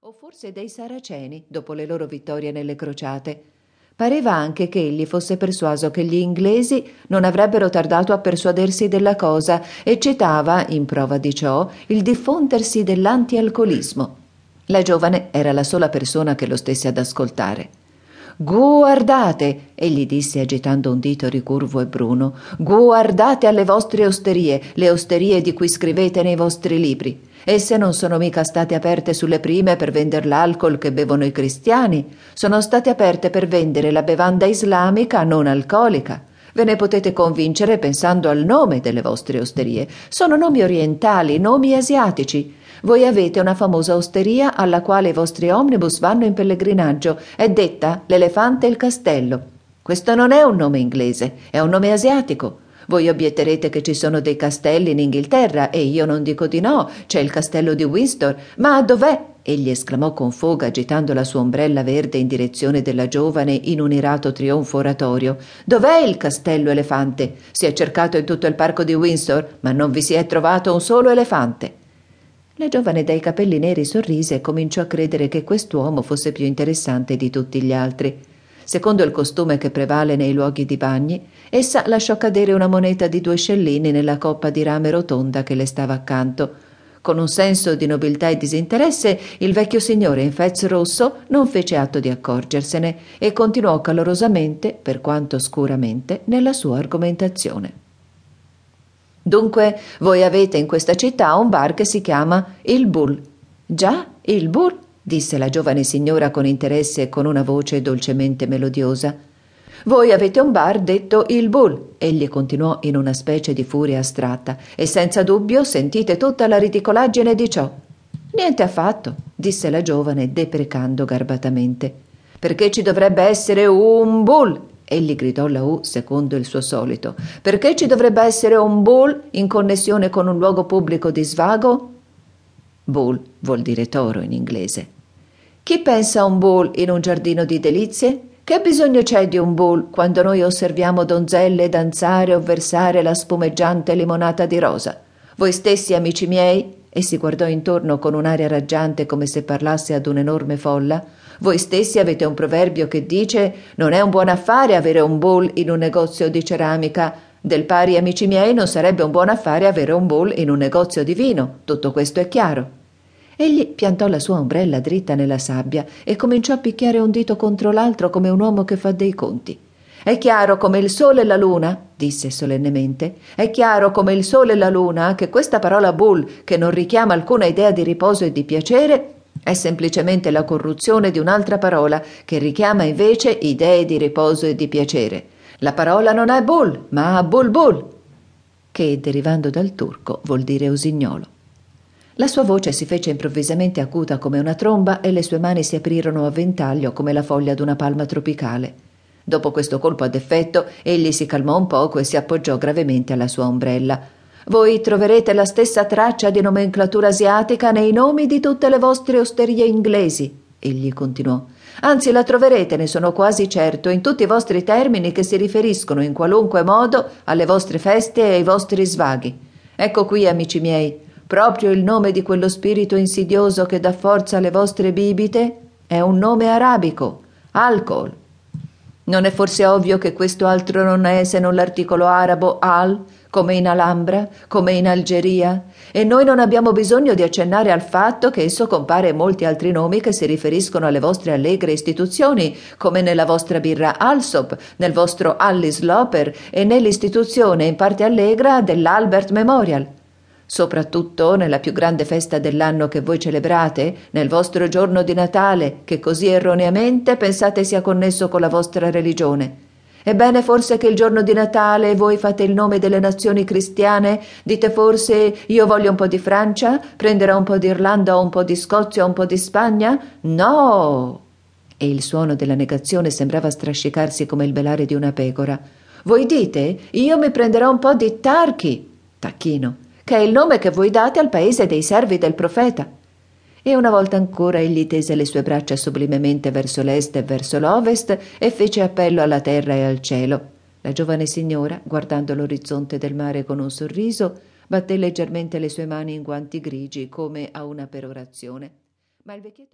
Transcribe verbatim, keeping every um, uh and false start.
o forse dei Saraceni, dopo le loro vittorie nelle crociate. Pareva anche che egli fosse persuaso che gli inglesi non avrebbero tardato a persuadersi della cosa e citava, in prova di ciò, il diffondersi dell'antialcolismo. La giovane era la sola persona che lo stesse ad ascoltare. «Guardate», egli disse agitando un dito ricurvo e bruno, «guardate alle vostre osterie, le osterie di cui scrivete nei vostri libri. Esse non sono mica state aperte sulle prime per vendere l'alcol che bevono i cristiani, sono state aperte per vendere la bevanda islamica non alcolica. Ve ne potete convincere pensando al nome delle vostre osterie. Sono nomi orientali, nomi asiatici. Voi avete una famosa osteria alla quale i vostri omnibus vanno in pellegrinaggio. È detta l'Elefante e il Castello. Questo non è un nome inglese, è un nome asiatico. Voi obietterete che ci sono dei castelli in Inghilterra e io non dico di no, c'è il castello di Windsor, ma dov'è? Egli esclamò con foga agitando la sua ombrella verde in direzione della giovane in un irato trionfo oratorio. Dov'è il castello elefante? Si è cercato in tutto il parco di Windsor, ma non vi si è trovato un solo elefante. La giovane dai capelli neri sorrise e cominciò a credere che quest'uomo fosse più interessante di tutti gli altri. Secondo il costume che prevale nei luoghi di bagni, essa lasciò cadere una moneta di due scellini nella coppa di rame rotonda che le stava accanto. Con un senso di nobiltà e disinteresse, il vecchio signore in fez rosso non fece atto di accorgersene e continuò calorosamente, per quanto oscuramente, nella sua argomentazione. «Dunque, voi avete in questa città un bar che si chiama Il Bull». «Già, Il Bull», disse la giovane signora con interesse e con una voce dolcemente melodiosa. «Voi avete un bar detto Il Bull», egli continuò in una specie di furia astratta, «e senza dubbio sentite tutta la ridicolaggine di ciò». «Niente affatto», disse la giovane deprecando garbatamente. «Perché ci dovrebbe essere un bull?» Egli gridò la U secondo il suo solito. «Perché ci dovrebbe essere un bull in connessione con un luogo pubblico di svago?» Bull vuol dire toro in inglese. «Chi pensa a un bull in un giardino di delizie? Che bisogno c'è di un bull quando noi osserviamo donzelle danzare o versare la spumeggiante limonata di rosa? Voi stessi, amici miei», e si guardò intorno con un'aria raggiante come se parlasse ad un'enorme folla, «voi stessi avete un proverbio che dice non è un buon affare avere un bull in un negozio di ceramica. Del pari, amici miei, non sarebbe un buon affare avere un bull in un negozio di vino. Tutto questo è chiaro». Egli piantò la sua ombrella dritta nella sabbia e cominciò a picchiare un dito contro l'altro come un uomo che fa dei conti. «È chiaro come il sole e la luna», disse solennemente, «è chiaro come il sole e la luna che questa parola bull, che non richiama alcuna idea di riposo e di piacere, è semplicemente la corruzione di un'altra parola che richiama invece idee di riposo e di piacere. La parola non è bull, ma bulbul, che, derivando dal turco, vuol dire usignolo». La sua voce si fece improvvisamente acuta come una tromba e le sue mani si aprirono a ventaglio come la foglia d'una palma tropicale. Dopo questo colpo ad effetto, egli si calmò un poco e si appoggiò gravemente alla sua ombrella. «Voi troverete la stessa traccia di nomenclatura asiatica nei nomi di tutte le vostre osterie inglesi», egli continuò. «Anzi, la troverete, ne sono quasi certo, in tutti i vostri termini che si riferiscono in qualunque modo alle vostre feste e ai vostri svaghi. Ecco qui, amici miei, proprio il nome di quello spirito insidioso che dà forza alle vostre bibite è un nome arabico, alcol. Non è forse ovvio che questo altro non è se non l'articolo arabo al, come in Alhambra, come in Algeria, e noi non abbiamo bisogno di accennare al fatto che esso compare in molti altri nomi che si riferiscono alle vostre allegre istituzioni, come nella vostra birra Alsop, nel vostro Alice Loper e nell'istituzione in parte allegra dell'Albert Memorial. Soprattutto nella più grande festa dell'anno che voi celebrate, nel vostro giorno di Natale, che così erroneamente pensate sia connesso con la vostra religione. Ebbene, forse che il giorno di Natale voi fate il nome delle nazioni cristiane? Dite forse io voglio un po' di Francia, prenderò un po' di Irlanda o un po' di Scozia o un po' di Spagna? No!» E il suono della negazione sembrava strascicarsi come il belare di una pecora. «Voi dite io mi prenderò un po' di Tarchi, tacchino, che è il nome che voi date al paese dei servi del profeta». E una volta ancora egli tese le sue braccia sublimemente verso l'est e verso l'ovest e fece appello alla terra e al cielo. La giovane signora, guardando l'orizzonte del mare con un sorriso, batté leggermente le sue mani in guanti grigi come a una perorazione. Ma il vecchietto